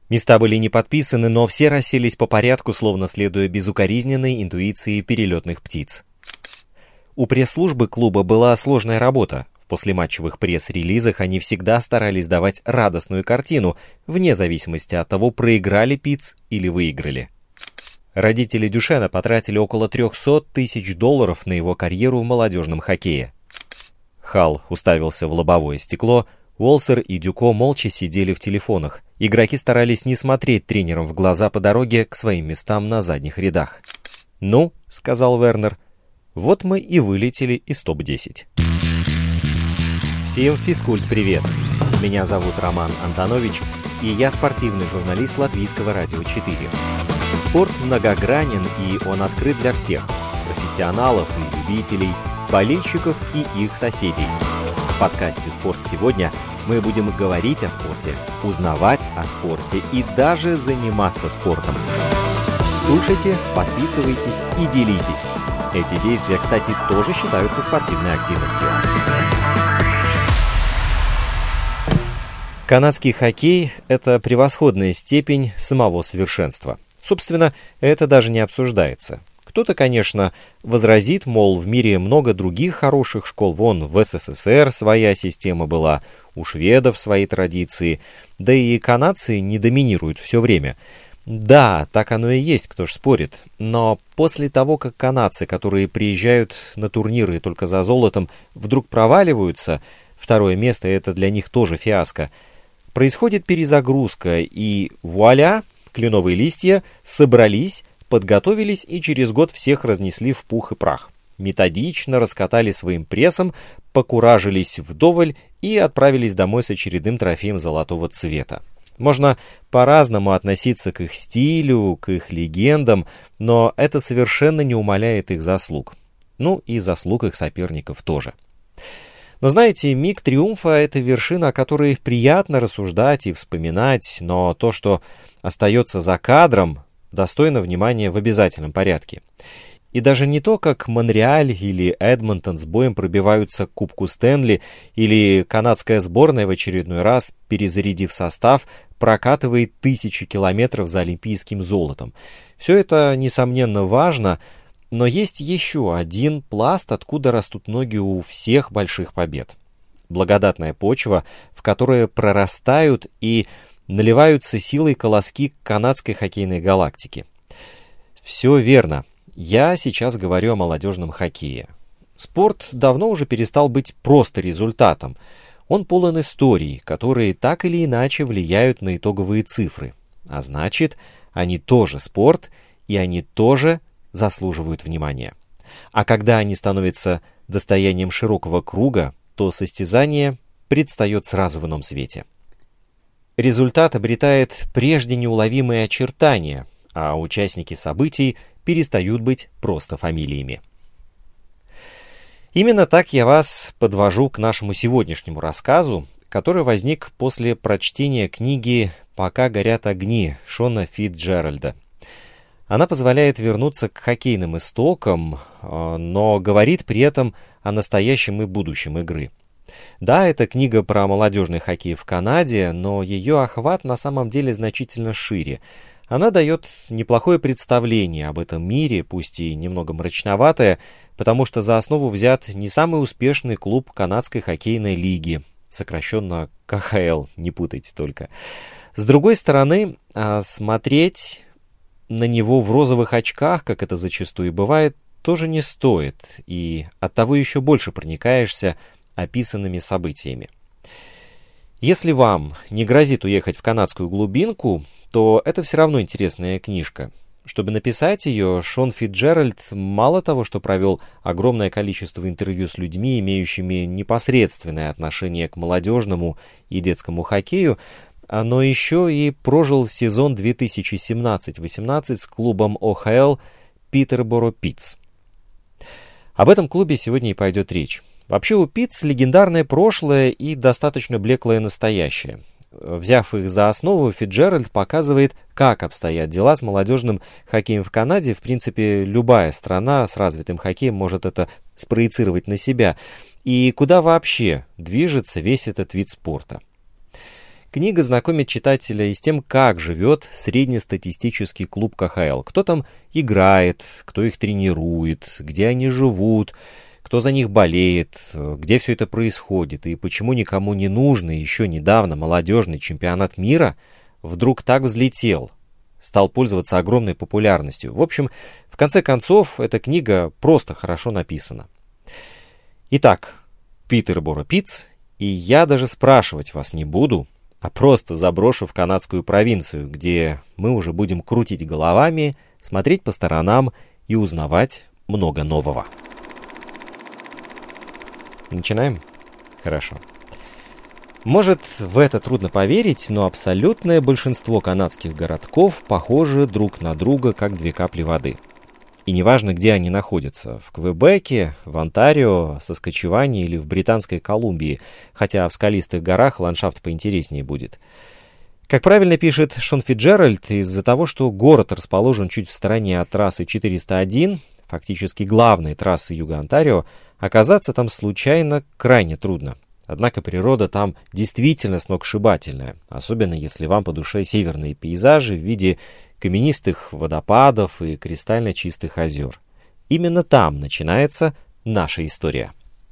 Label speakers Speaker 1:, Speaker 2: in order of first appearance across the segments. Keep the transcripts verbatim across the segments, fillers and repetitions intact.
Speaker 1: Места были не подписаны, но все расселись по порядку, словно следуя безукоризненной интуиции перелетных птиц. У пресс-службы клуба была сложная работа. В послематчевых пресс-релизах они всегда старались давать радостную картину, вне зависимости от того, проиграли Питтс или выиграли. Родители Дюшена потратили около триста тысяч долларов на его карьеру в молодежном хоккее. Халл уставился в лобовое стекло, Уолсер и Дюко молча сидели в телефонах. Игроки старались не смотреть тренерам в глаза по дороге к своим местам на задних рядах. «Ну», — сказал Вернер, — «вот мы и вылетели из топ десять». Всем физкульт-привет! Меня зовут Роман Антонович, и я спортивный журналист Латвийского радио четыре. Спорт многогранен, и он открыт для всех – профессионалов и любителей, болельщиков и их соседей. В подкасте «Спорт сегодня» мы будем говорить о спорте, узнавать о спорте и даже заниматься спортом. Слушайте, подписывайтесь и делитесь. Эти действия, кстати, тоже считаются спортивной активностью. Канадский хоккей – это превосходная степень самого совершенства. Собственно, это даже не обсуждается. Кто-то, конечно, возразит, мол, в мире много других хороших школ, вон в СССР своя система была, у шведов свои традиции, да и канадцы не доминируют все время. Да, так оно и есть, кто ж спорит, но после того, как канадцы, которые приезжают на турниры только за золотом, вдруг проваливаются, второе место это для них тоже фиаско, происходит перезагрузка, и вуаля, кленовые листья собрались, подготовились и через год всех разнесли в пух и прах. Методично раскатали своим прессом, покуражились вдоволь и отправились домой с очередным трофеем золотого цвета. Можно по-разному относиться к их стилю, к их легендам, но это совершенно не умаляет их заслуг. Ну и заслуг их соперников тоже. Но знаете, миг триумфа – это вершина, о которой приятно рассуждать и вспоминать, но то, что остается за кадром, достойно внимания в обязательном порядке. И даже не то, как Монреаль или Эдмонтон с боем пробиваются к Кубку Стэнли, или канадская сборная в очередной раз, перезарядив состав, прокатывает тысячи километров за олимпийским золотом. Все это, несомненно, важно, но есть еще один пласт, откуда растут ноги у всех больших побед. Благодатная почва, в которой прорастают и наливаются силой колоски канадской хоккейной галактики. Все верно. Я сейчас говорю о молодежном хоккее. Спорт давно уже перестал быть просто результатом. Он полон историй, которые так или иначе влияют на итоговые цифры. А значит, они тоже спорт, и они тоже заслуживают внимания. А когда они становятся достоянием широкого круга, то состязание предстает сразу в ином свете. Результат обретает прежде неуловимые очертания, а участники событий перестают быть просто фамилиями. Именно так я вас подвожу к нашему сегодняшнему рассказу, который возник после прочтения книги «Пока горят огни» Шона Фицджеральда. Она позволяет вернуться к хоккейным истокам, но говорит при этом о настоящем и будущем игры. Да, это книга про молодежный хоккей в Канаде, но ее охват на самом деле значительно шире. Она дает неплохое представление об этом мире, пусть и немного мрачноватое, потому что за основу взят не самый успешный клуб канадской хоккейной лиги, сокращенно ка ха эл, не путайте только. С другой стороны, смотреть на него в розовых очках, как это зачастую бывает, тоже не стоит, и оттого еще больше проникаешься описанными событиями. Если вам не грозит уехать в канадскую глубинку, то это все равно интересная книжка. Чтобы написать ее, Шон Фицджеральд мало того, что провел огромное количество интервью с людьми, имеющими непосредственное отношение к молодежному и детскому хоккею, но еще и прожил сезон две тысячи семнадцать восемнадцать с клубом о ха эл Питерборо Питс. Об этом клубе сегодня и пойдет речь. Вообще у Питс легендарное прошлое и достаточно блеклое настоящее. Взяв их за основу, Фицджеральд показывает, как обстоят дела с молодежным хоккеем в Канаде. В принципе, любая страна с развитым хоккеем может это спроецировать на себя. И куда вообще движется весь этот вид спорта. Книга знакомит читателя и с тем, как живет среднестатистический клуб ка ха эл. Кто там играет, кто их тренирует, где они живут, кто за них болеет, где все это происходит, и почему никому не нужный еще недавно молодежный чемпионат мира вдруг так взлетел, стал пользоваться огромной популярностью. В общем, в конце концов, эта книга просто хорошо написана. Итак, Питерборо Питс, и я даже спрашивать вас не буду, а просто заброшу в канадскую провинцию, где мы уже будем крутить головами, смотреть по сторонам и узнавать много нового. Начинаем? Хорошо. Может, в это трудно поверить, но абсолютное большинство канадских городков похожи друг на друга, как две капли воды. И неважно, где они находятся, в Квебеке, в Онтарио, Саскачеване или в Британской Колумбии, хотя в скалистых горах ландшафт поинтереснее будет. Как правильно пишет Шон Фитджеральд, из-за того, что город расположен чуть в стороне от трассы четыреста один, фактически главной трассы юга Онтарио, оказаться там случайно крайне трудно. Однако природа там действительно сногсшибательная, особенно если вам по душе северные пейзажи в виде каменистых водопадов и кристально чистых озер. Именно там начинается наша история.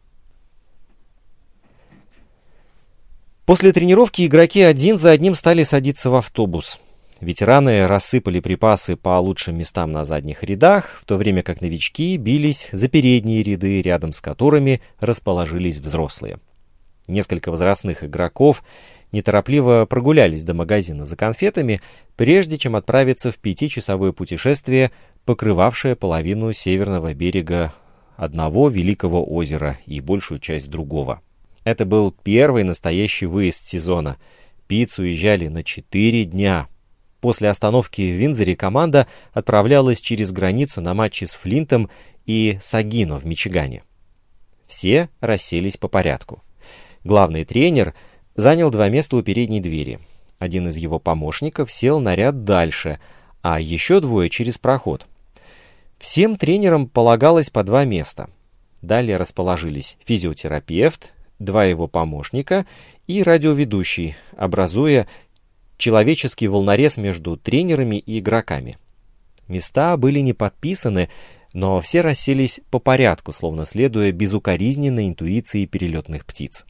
Speaker 1: После тренировки игроки один за одним стали садиться в автобус. Ветераны рассыпали припасы по лучшим местам на задних рядах, в то время как новички бились за передние ряды, рядом с которыми расположились взрослые. Несколько возрастных игроков неторопливо прогулялись до магазина за конфетами, прежде чем отправиться в пятичасовое путешествие, покрывавшее половину северного берега одного великого озера и большую часть другого. Это был первый настоящий выезд сезона. Питс уезжали на четыре дня. После остановки в Виндзоре команда отправлялась через границу на матчи с Флинтом и Сагино в Мичигане. Все расселись по порядку. Главный тренер занял два места у передней двери. Один из его помощников сел на ряд дальше, а еще двое через проход. Всем тренерам полагалось по два места. Далее расположились физиотерапевт, два его помощника и радиоведущий, образуя человеческий волнорез между тренерами и игроками. Места были не подписаны, но все расселись по порядку, словно следуя безукоризненной интуиции перелетных птиц.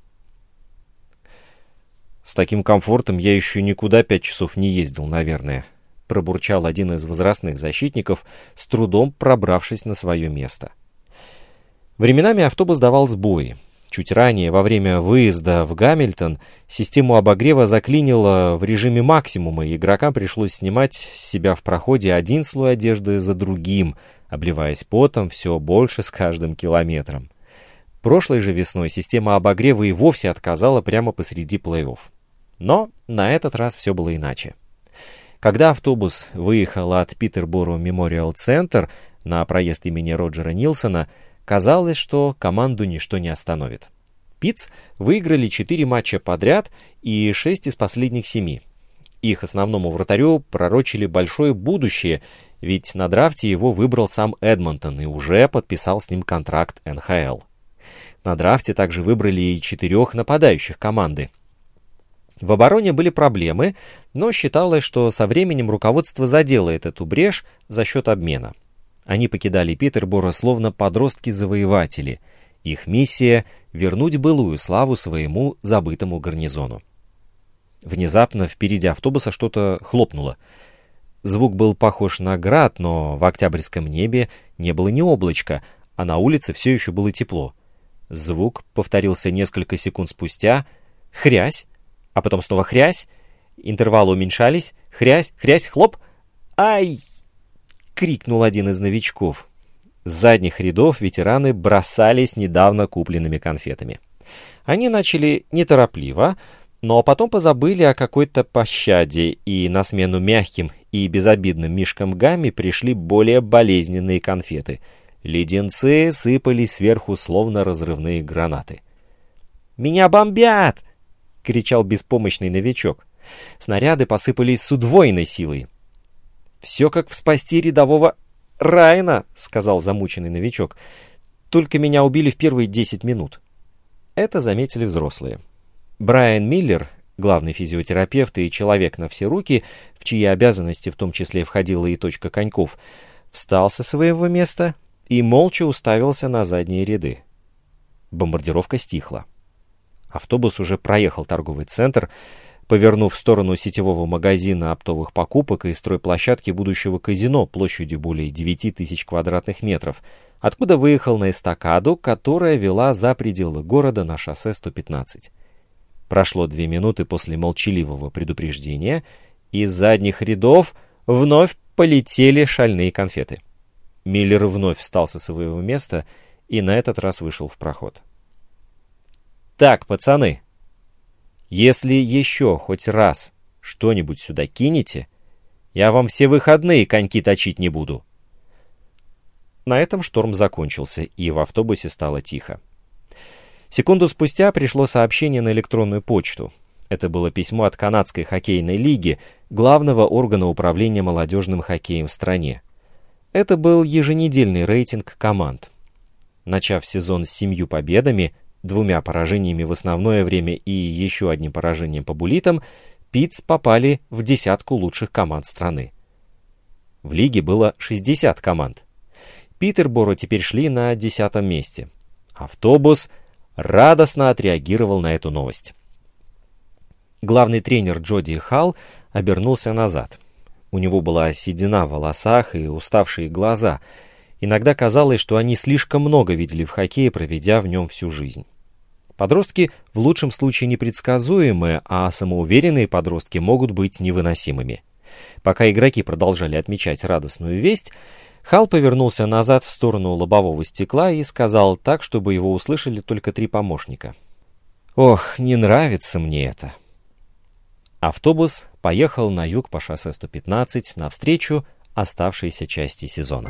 Speaker 1: «С таким комфортом я еще никуда пять часов не ездил, наверное», — пробурчал один из возрастных защитников, с трудом пробравшись на свое место. Временами автобус давал сбои. Чуть ранее, во время выезда в Гамильтон, систему обогрева заклинило в режиме максимума, и игрокам пришлось снимать с себя в проходе один слой одежды за другим, обливаясь потом все больше с каждым километром. Прошлой же весной система обогрева и вовсе отказала прямо посреди плей-офф. Но на этот раз все было иначе. Когда автобус выехал от Питерборо Мемориал Центр на проезд имени Роджера Нилсона, казалось, что команду ничто не остановит. Питс выиграли четыре матча подряд и шесть из последних семи. Их основному вратарю пророчили большое будущее, ведь на драфте его выбрал сам Эдмонтон и уже подписал с ним контракт эн ха эл. На драфте также выбрали и четырех нападающих команды. В обороне были проблемы, но считалось, что со временем руководство заделает эту брешь за счет обмена. Они покидали Питерборо словно подростки-завоеватели. Их миссия — вернуть былую славу своему забытому гарнизону. Внезапно впереди автобуса что-то хлопнуло. Звук был похож на град, но в октябрьском небе не было ни облачка, а на улице все еще было тепло. Звук повторился несколько секунд спустя. Хрясь, а потом снова хрясь. Интервалы уменьшались. Хрясь, хрясь, хлоп. «Ай!» — крикнул один из новичков. С задних рядов ветераны бросались недавно купленными конфетами. Они начали неторопливо, но потом позабыли о какой-то пощаде, и на смену мягким и безобидным мишкам Гамми пришли более болезненные конфеты. Леденцы сыпались сверху, словно разрывные гранаты. «Меня бомбят!» — кричал беспомощный новичок. Снаряды посыпались с удвоенной силой. «Все как в «Спасти рядового Райана», — сказал замученный новичок. «Только меня убили в первые десять минут». Это заметили взрослые. Брайан Миллер, главный физиотерапевт и человек на все руки, в чьи обязанности в том числе входила и точка коньков, встал со своего места и молча уставился на задние ряды. Бомбардировка стихла. Автобус уже проехал торговый центр, повернув в сторону сетевого магазина оптовых покупок и стройплощадки будущего казино площадью более девяти тысяч квадратных метров, откуда выехал на эстакаду, которая вела за пределы города на шоссе сто пятнадцать. Прошло две минуты после молчаливого предупреждения, и из задних рядов вновь полетели шальные конфеты. Миллер вновь встал со своего места и на этот раз вышел в проход. «Так, пацаны, если еще хоть раз что-нибудь сюда кинете, я вам все выходные коньки точить не буду». На этом шторм закончился, и в автобусе стало тихо. Секунду спустя пришло сообщение на электронную почту. Это было письмо от Канадской хоккейной лиги, главного органа управления молодежным хоккеем в стране. Это был еженедельный рейтинг команд. Начав сезон с семью победами, двумя поражениями в основное время и еще одним поражением по буллитам, Питс попали в десятку лучших команд страны. В лиге было шестьдесят команд. Питерборо теперь шли на десятом месте. Автобус радостно отреагировал на эту новость. Главный тренер Джоди Халл обернулся назад. У него была седина в волосах и уставшие глаза. Иногда казалось, что они слишком много видели в хоккее, проведя в нем всю жизнь. Подростки в лучшем случае непредсказуемые, а самоуверенные подростки могут быть невыносимыми. Пока игроки продолжали отмечать радостную весть, Халл повернулся назад в сторону лобового стекла и сказал так, чтобы его услышали только три помощника. «Ох, не нравится мне это». Автобус поехал на юг по шоссе сто пятнадцать навстречу оставшейся части сезона.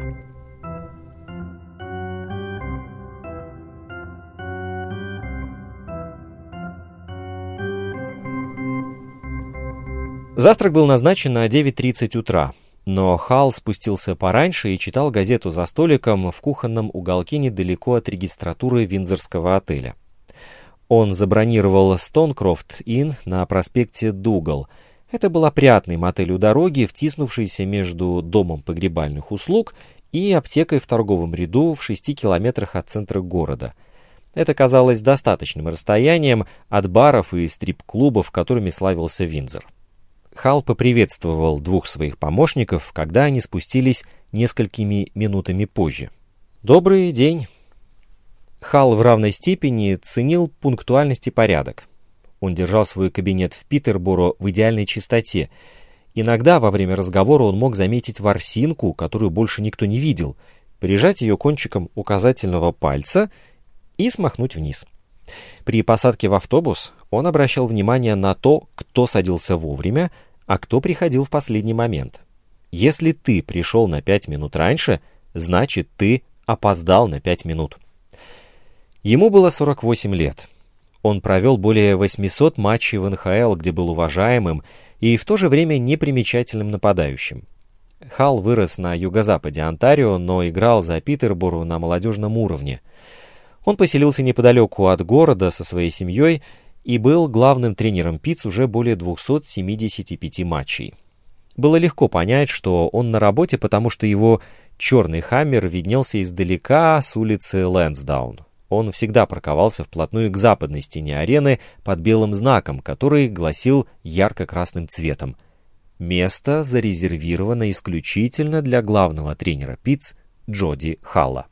Speaker 1: Завтрак был назначен на девять тридцать утра, но Халл спустился пораньше и читал газету за столиком в кухонном уголке недалеко от регистратуры Виндзорского отеля. Он забронировал Стонкрофт Инн на проспекте Дугал. Это был опрятный мотель у дороги, втиснувшийся между домом погребальных услуг и аптекой в торговом ряду в шести километрах от центра города. Это казалось достаточным расстоянием от баров и стрип-клубов, которыми славился Виндзор. Халл поприветствовал двух своих помощников, когда они спустились несколькими минутами позже. «Добрый день». Халл в равной степени ценил пунктуальность и порядок. Он держал свой кабинет в Питерборо в идеальной чистоте. Иногда во время разговора он мог заметить ворсинку, которую больше никто не видел, прижать ее кончиком указательного пальца и смахнуть вниз. При посадке в автобус он обращал внимание на то, кто садился вовремя, а кто приходил в последний момент. Если ты пришел на пять минут раньше, значит, ты опоздал на пять минут. Ему было сорок восемь лет. Он провел более восьмисот матчей в эн ха эл, где был уважаемым и в то же время непримечательным нападающим. Халл вырос на юго-западе Онтарио, но играл за Питерборо на молодежном уровне. Он поселился неподалеку от города со своей семьей и был главным тренером Питс уже более двухсот семидесяти пяти матчей. Было легко понять, что он на работе, потому что его черный хаммер виднелся издалека с улицы Лэнсдаун. Он всегда парковался вплотную к западной стене арены под белым знаком, который гласил ярко-красным цветом: «Место зарезервировано исключительно для главного тренера Питс Джоди Халла».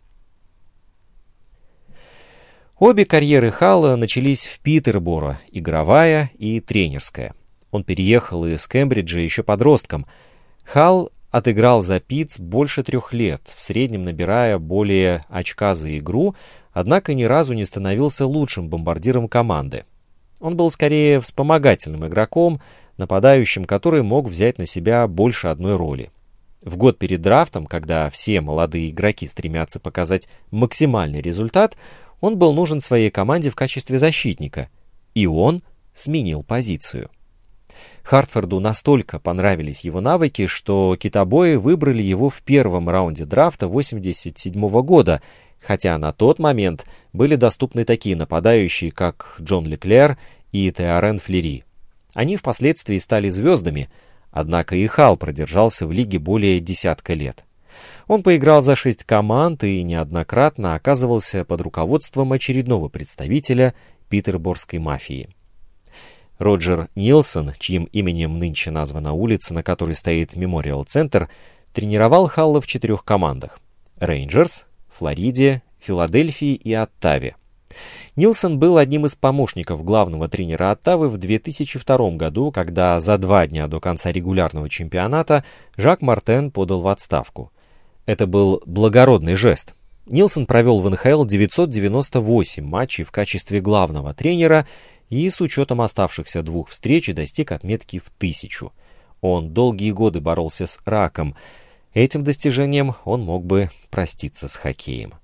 Speaker 1: Обе карьеры Халла начались в Питерборо, игровая и тренерская. Он переехал из Кембриджа еще подростком. Халл отыграл за Питс больше трех лет, в среднем набирая более очка за игру, однако ни разу не становился лучшим бомбардиром команды. Он был скорее вспомогательным игроком, нападающим, который мог взять на себя больше одной роли. В год перед драфтом, когда все молодые игроки стремятся показать максимальный результат, он был нужен своей команде в качестве защитника, и он сменил позицию. Хартфорду настолько понравились его навыки, что китобои выбрали его в первом раунде драфта восемьдесят седьмого года, хотя на тот момент были доступны такие нападающие, как Джон Леклер и Теорен Флери. Они впоследствии стали звездами, однако и Халл продержался в лиге более десятка лет. Он поиграл за шесть команд и неоднократно оказывался под руководством очередного представителя питерборгской мафии. Роджер Нилсон, чьим именем нынче названа улица, на которой стоит Мемориал-центр, тренировал Халла в четырех командах – Рейнджерс, Флориде, Филадельфии и Оттаве. Нилсон был одним из помощников главного тренера Оттавы в две тысячи втором году, когда за два дня до конца регулярного чемпионата Жак Мартен подал в отставку. Это был благородный жест. Нилсон провел в эн ха эл девятьсот девяносто восемь матчей в качестве главного тренера и с учетом оставшихся двух встреч достиг отметки в тысячу. Он долгие годы боролся с раком. Этим достижением он мог бы проститься с хоккеем.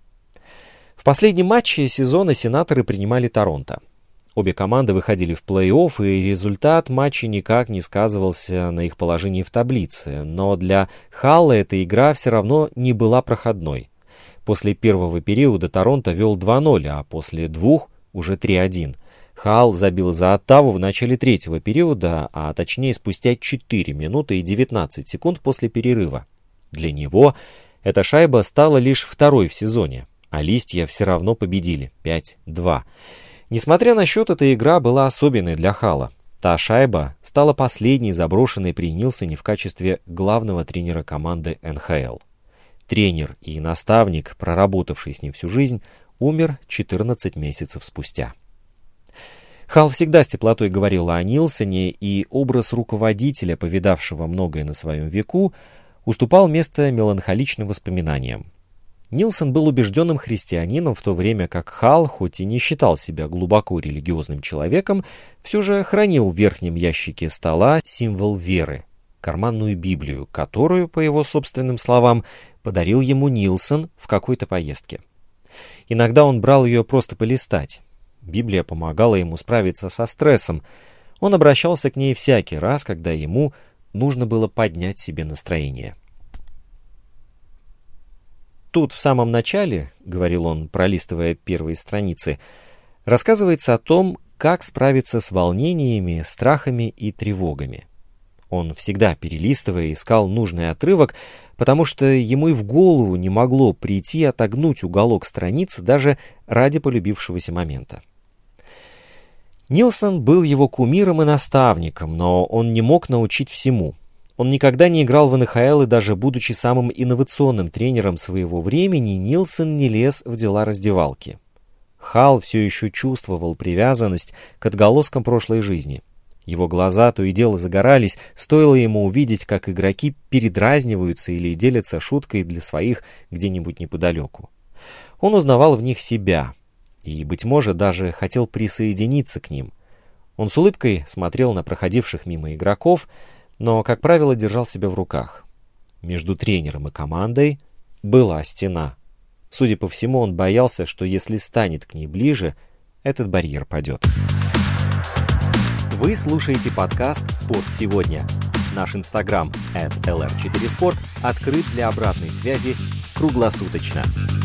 Speaker 1: В последнем матче сезона сенаторы принимали Торонто. Обе команды выходили в плей-офф, и результат матча никак не сказывался на их положении в таблице, но для Халла эта игра все равно не была проходной. После первого периода Торонто вел два ноль, а после двух уже три один. Халл забил за Оттаву в начале третьего периода, а точнее спустя четыре минуты и девятнадцать секунд после перерыва. Для него эта шайба стала лишь второй в сезоне, а листья все равно победили пять два. Несмотря на счет, эта игра была особенной для Халла. Та шайба стала последней заброшенной при Нилсоне в качестве главного тренера команды эн ха эл. Тренер и наставник, проработавший с ним всю жизнь, умер четырнадцать месяцев спустя. Халл всегда с теплотой говорил о Нилсоне, и образ руководителя, повидавшего многое на своем веку, уступал место меланхоличным воспоминаниям. Нилсон был убежденным христианином, в то время как Халл, хоть и не считал себя глубоко религиозным человеком, все же хранил в верхнем ящике стола символ веры — карманную Библию, которую, по его собственным словам, подарил ему Нилсон в какой-то поездке. Иногда он брал ее просто полистать. Библия помогала ему справиться со стрессом. Он обращался к ней всякий раз, когда ему нужно было поднять себе настроение. Тут в самом начале, — говорил он, пролистывая первые страницы, — рассказывается о том, как справиться с волнениями, страхами и тревогами. Он всегда, перелистывая, искал нужный отрывок, потому что ему и в голову не могло прийти отогнуть уголок страницы даже ради полюбившегося момента. Нилсон был его кумиром и наставником, но он не мог научить всему. Он никогда не играл в эн ха эл, и даже будучи самым инновационным тренером своего времени, Нилсон не лез в дела раздевалки. Халл все еще чувствовал привязанность к отголоскам прошлой жизни. Его глаза то и дело загорались, стоило ему увидеть, как игроки передразниваются или делятся шуткой для своих где-нибудь неподалеку. Он узнавал в них себя и, быть может, даже хотел присоединиться к ним. Он с улыбкой смотрел на проходивших мимо игроков, но, как правило, держал себя в руках. Между тренером и командой была стена. Судя по всему, он боялся, что если станет к ней ближе, этот барьер падет. Вы слушаете подкаст «Спорт сегодня». Наш инстаграм эт эл эр четыре спорт открыт для обратной связи круглосуточно.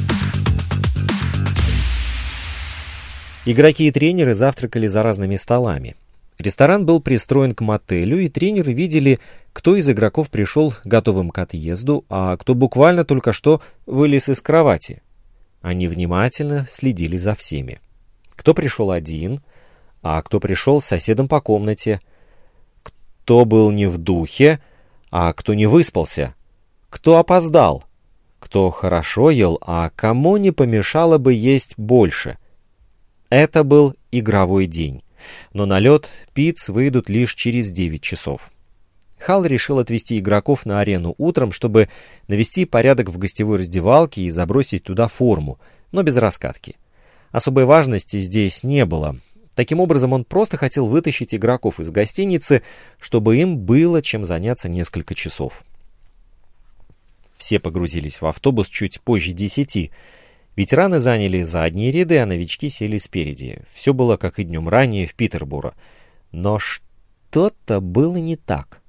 Speaker 1: Игроки и тренеры завтракали за разными столами. Ресторан был пристроен к мотелю, и тренеры видели, кто из игроков пришел готовым к отъезду, а кто буквально только что вылез из кровати. Они внимательно следили за всеми. Кто пришел один, а кто пришел с соседом по комнате, кто был не в духе, а кто не выспался, кто опоздал, кто хорошо ел, а кому не помешало бы есть больше. Это был игровой день. Но на лед Питс выйдут лишь через девять часов. Халл решил отвезти игроков на арену утром, чтобы навести порядок в гостевой раздевалке и забросить туда форму, но без раскатки. Особой важности здесь не было. Таким образом, он просто хотел вытащить игроков из гостиницы, чтобы им было чем заняться несколько часов. Все погрузились в автобус чуть позже десяти. Ветераны заняли задние ряды, а новички сели спереди. Все было, как и днем ранее, в Питерборо. Но что-то было не так.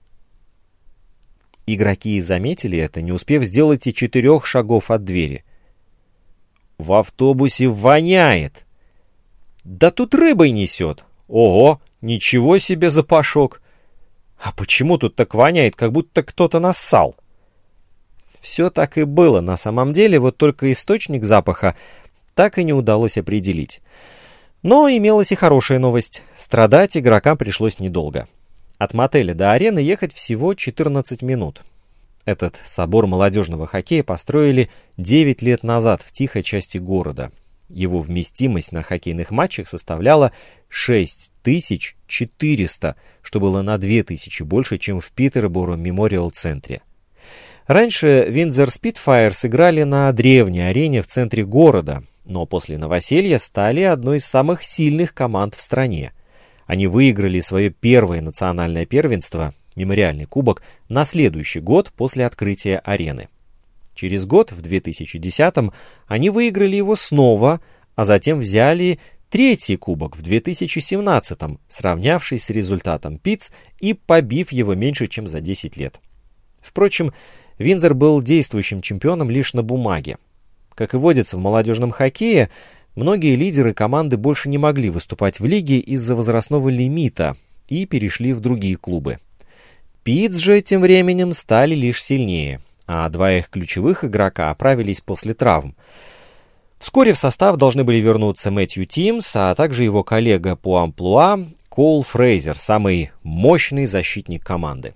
Speaker 1: Игроки заметили это, не успев сделать и четырех шагов от двери. «В автобусе воняет!» «Да тут рыбой несет!» «Ого! Ничего себе запашок! А почему тут так воняет, как будто кто-то нассал? Все так и было на самом деле, вот только источник запаха так и не удалось определить. Но имелась и хорошая новость. Страдать игрокам пришлось недолго. От мотеля до арены ехать всего четырнадцать минут. Этот собор молодежного хоккея построили девять лет назад в тихой части города. Его вместимость на хоккейных матчах составляла шесть тысяч четыреста, что было на две тысячи больше, чем в Питерборо Мемориал-центре. Раньше Windsor Spitfires играли на древней арене в центре города, но после новоселья стали одной из самых сильных команд в стране. Они выиграли свое первое национальное первенство, мемориальный кубок, на следующий год после открытия арены. Через год, в две тысячи десятом, они выиграли его снова, а затем взяли третий кубок в две тысячи семнадцатом, сравнявшись с результатом Питтс и побив его меньше, чем за десять лет. Впрочем, Виндзор был действующим чемпионом лишь на бумаге. Как и водится в молодежном хоккее, многие лидеры команды больше не могли выступать в лиге из-за возрастного лимита и перешли в другие клубы. Питтс же тем временем стали лишь сильнее, а два их ключевых игрока оправились после травм. Вскоре в состав должны были вернуться Мэтью Тимс, а также его коллега по амплуа Коул Фрейзер, самый мощный защитник команды.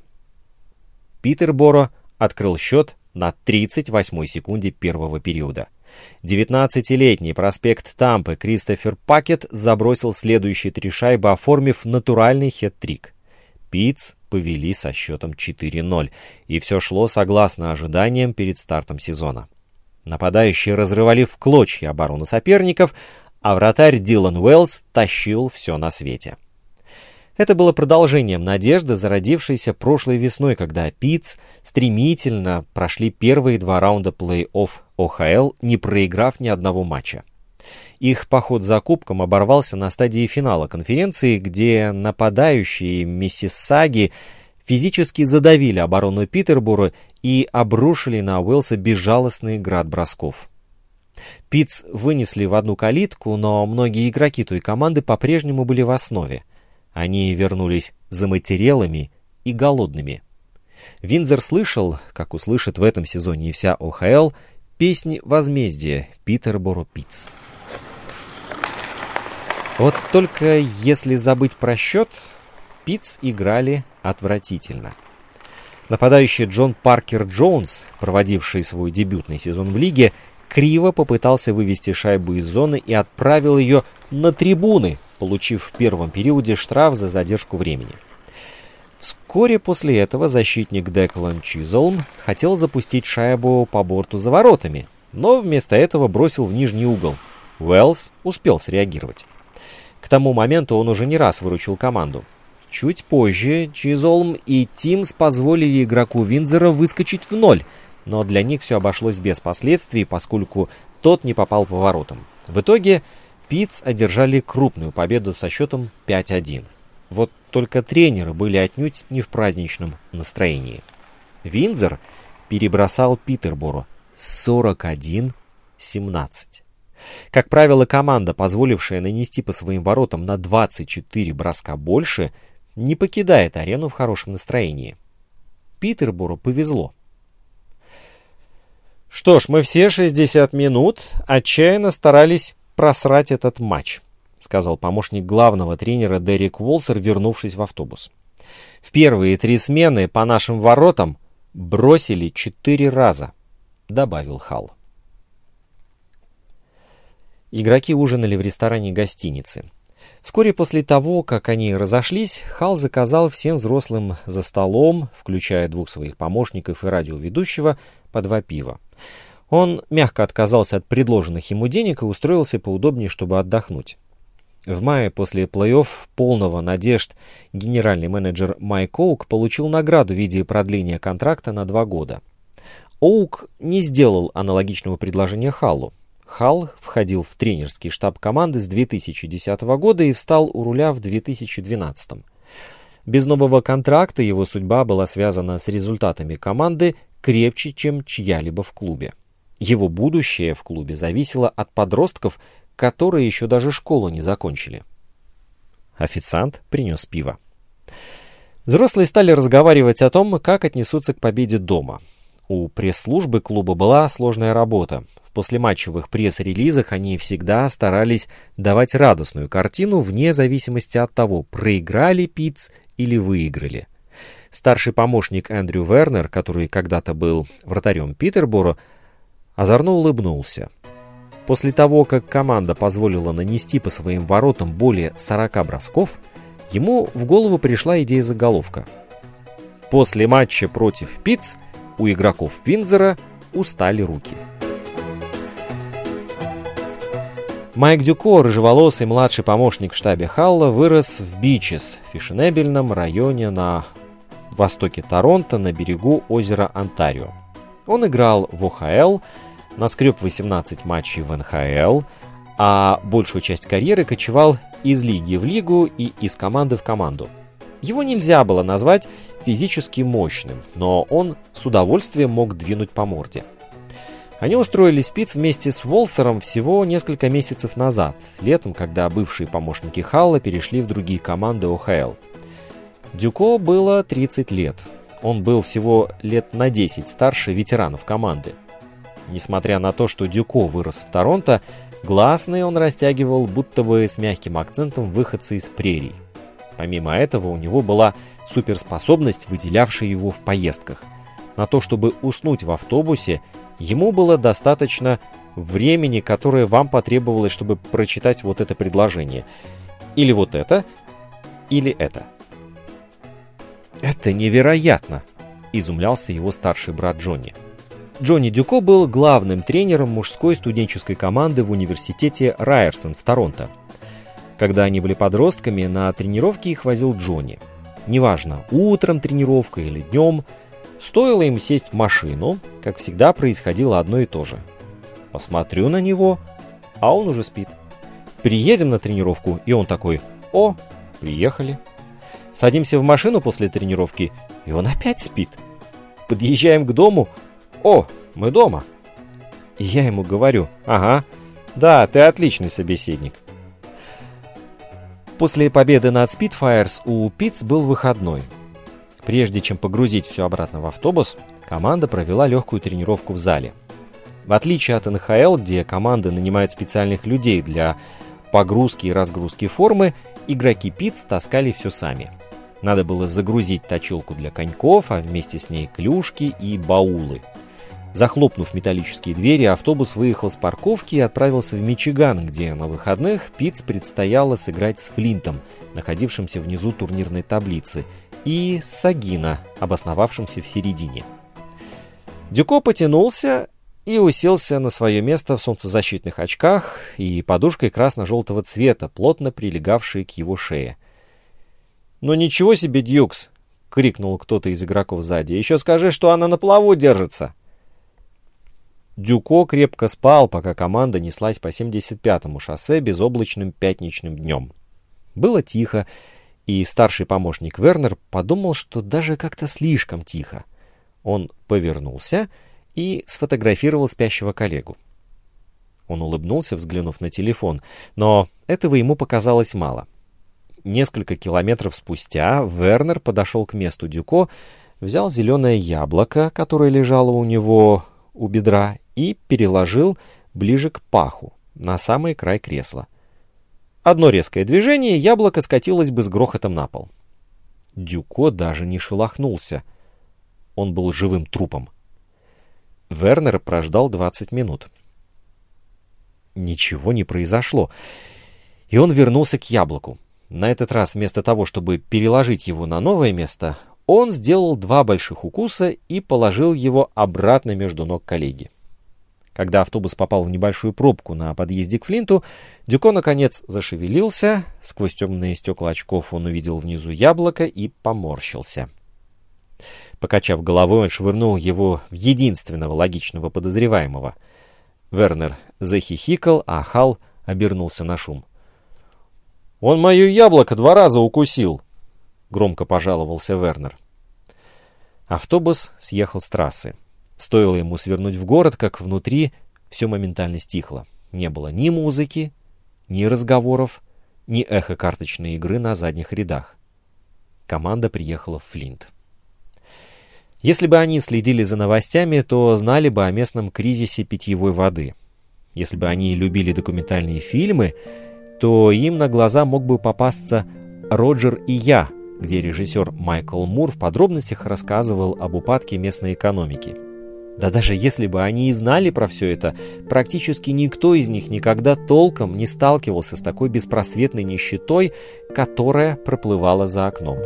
Speaker 1: Питерборо открыл счет на тридцать восьмой секунде первого периода. девятнадцатилетний проспект Тампы Кристофер Пакет забросил следующие три шайбы, оформив натуральный хет-трик. Питтс повели со счетом четыре ноль, и все шло согласно ожиданиям перед стартом сезона. Нападающие разрывали в клочья оборону соперников, а вратарь Дилан Уэллс тащил все на свете. Это было продолжением надежды, зародившейся прошлой весной, когда Питтс стремительно прошли первые два раунда плей-офф о ха эл, не проиграв ни одного матча. Их поход за кубком оборвался на стадии финала конференции, где нападающие Миссиссаги физически задавили оборону Питерборо и обрушили на Уэллса безжалостный град бросков. Питтс вынесли в одну калитку, но многие игроки той команды по-прежнему были в основе. Они вернулись заматерелыми и голодными. Виндзор слышал, как услышит в этом сезоне и вся о ха эл, песни возмездия Питерборо Питтс. Вот только если забыть про счет, Питтс играли отвратительно. Нападающий Джон Паркер Джонс, проводивший свой дебютный сезон в лиге, криво попытался вывести шайбу из зоны и отправил ее на трибуны, получив в первом периоде штраф за задержку времени. Вскоре после этого защитник Деклан Чизолм хотел запустить шайбу по борту за воротами, но вместо этого бросил в нижний угол. Уэллс успел среагировать. К тому моменту он уже не раз выручил команду. Чуть позже Чизолм и Тимс позволили игроку Виндзора выскочить в ноль, но для них все обошлось без последствий, поскольку тот не попал по воротам. В итоге Питтс одержали крупную победу со счетом пять один. Вот только тренеры были отнюдь не в праздничном настроении. Виндзор перебросал Питерборо сорок один семнадцать. Как правило, команда, позволившая нанести по своим воротам на двадцать четыре броска больше, не покидает арену в хорошем настроении. Питерборо повезло. Что ж, мы все шестьдесят минут отчаянно старались просрать этот матч, сказал помощник главного тренера Дерек Уолсер, вернувшись в автобус. В первые три смены по нашим воротам бросили четыре раза, добавил Халл. Игроки ужинали в ресторане гостиницы. Вскоре после того, как они разошлись, Халл заказал всем взрослым за столом, включая двух своих помощников и радиоведущего, по два пива. Он мягко отказался от предложенных ему денег и устроился поудобнее, чтобы отдохнуть. В мае после плей-офф полного надежд генеральный менеджер Майк Оук получил награду в виде продления контракта на два года. Оук не сделал аналогичного предложения Халлу. Халл входил в тренерский штаб команды с две тысячи десятого года и встал у руля в две тысячи двенадцатом. Без нового контракта его судьба была связана с результатами команды крепче, чем чья-либо в клубе. Его будущее в клубе зависело от подростков, которые еще даже школу не закончили. Официант принес пиво. Взрослые стали разговаривать о том, как отнесутся к победе дома. У пресс-службы клуба была сложная работа. В послематчевых пресс-релизах они всегда старались давать радостную картину вне зависимости от того, проиграли Питтс или выиграли. Старший помощник Эндрю Вернер, который когда-то был вратарем Питерборо, озорно улыбнулся. После того, как команда позволила нанести по своим воротам более сорока бросков, ему в голову пришла идея заголовка. После матча против Питтс у игроков Виндзора устали руки. Майк Дюко, рыжеволосый младший помощник в штабе Халла, вырос в Бичес, фешенебельном районе на востоке Торонто на берегу озера Онтарио. Он играл в О Ха Эл, наскреб восемнадцать матчей в Эн Ха Эл, а большую часть карьеры кочевал из лиги в лигу и из команды в команду. Его нельзя было назвать физически мощным, но он с удовольствием мог двинуть по морде. Они устроились в Питтс вместе с Волсером всего несколько месяцев назад, летом, когда бывшие помощники Халла перешли в другие команды О Ха Эл. Дюко было тридцать лет. Он был всего лет на десять старше ветеранов команды. Несмотря на то, что Дюко вырос в Торонто, гласные он растягивал будто бы с мягким акцентом выходца из прерий. Помимо этого, у него была суперспособность, выделявшая его в поездках. На то, чтобы уснуть в автобусе, ему было достаточно времени, которое вам потребовалось, чтобы прочитать вот это предложение. Или вот это, или это. «Это невероятно!» — изумлялся его старший брат Джонни. Джонни Дюко был главным тренером мужской студенческой команды в университете Райерсон в Торонто. Когда они были подростками, на тренировки их возил Джонни. Неважно, утром тренировка или днем, стоило им сесть в машину, как всегда происходило одно и то же. Посмотрю на него, а он уже спит. Приедем на тренировку, и он такой: «О, приехали». Садимся в машину после тренировки, и он опять спит. Подъезжаем к дому. «О, мы дома». И я ему говорю: «Ага, да, ты отличный собеседник». После победы над Spitfires у Питтс был выходной. Прежде чем погрузить все обратно в автобус, команда провела легкую тренировку в зале. В отличие от Эн Ха Эл, где команды нанимают специальных людей для погрузки и разгрузки формы, игроки Питтс таскали все сами. Надо было загрузить точилку для коньков, а вместе с ней клюшки и баулы. Захлопнув металлические двери, автобус выехал с парковки и отправился в Мичиган, где на выходных Питтс предстояло сыграть с Флинтом, находившимся внизу турнирной таблицы, и с Сагино, обосновавшимся в середине. Дюко потянулся и уселся на свое место в солнцезащитных очках и подушкой красно-желтого цвета, плотно прилегавшей к его шее. «Ну ничего себе, Дьюкс!» — крикнул кто-то из игроков сзади. «Еще скажи, что она на плаву держится!» Дюко крепко спал, пока команда неслась по семьдесят пятому шоссе безоблачным пятничным днем. Было тихо, и старший помощник Вернер подумал, что даже как-то слишком тихо. Он повернулся и сфотографировал спящего коллегу. Он улыбнулся, взглянув на телефон, но этого ему показалось мало. Несколько километров спустя Вернер подошел к месту Дюко, взял зеленое яблоко, которое лежало у него у бедра, и переложил ближе к паху, на самый край кресла. Одно резкое движение, яблоко скатилось бы с грохотом на пол. Дюко даже не шелохнулся. Он был живым трупом. Вернер прождал двадцать минут. Ничего не произошло, и он вернулся к яблоку. На этот раз вместо того, чтобы переложить его на новое место, он сделал два больших укуса и положил его обратно между ног коллеги. Когда автобус попал в небольшую пробку на подъезде к Флинту, Дюко наконец зашевелился, сквозь темные стекла очков он увидел внизу яблоко и поморщился. Покачав головой, он швырнул его в единственного логичного подозреваемого. Вернер захихикал, а Хал обернулся на шум. «Он мое яблоко два раза укусил!» — громко пожаловался Вернер. Автобус съехал с трассы. Стоило ему свернуть в город, как внутри все моментально стихло. Не было ни музыки, ни разговоров, ни эхо карточной игры на задних рядах. Команда приехала в Флинт. Если бы они следили за новостями, то знали бы о местном кризисе питьевой воды. Если бы они любили документальные фильмы, то им на глаза мог бы попасться «Роджер и я», где режиссер Майкл Мур в подробностях рассказывал об упадке местной экономики. Да даже если бы они и знали про все это, практически никто из них никогда толком не сталкивался с такой беспросветной нищетой, которая проплывала за окном.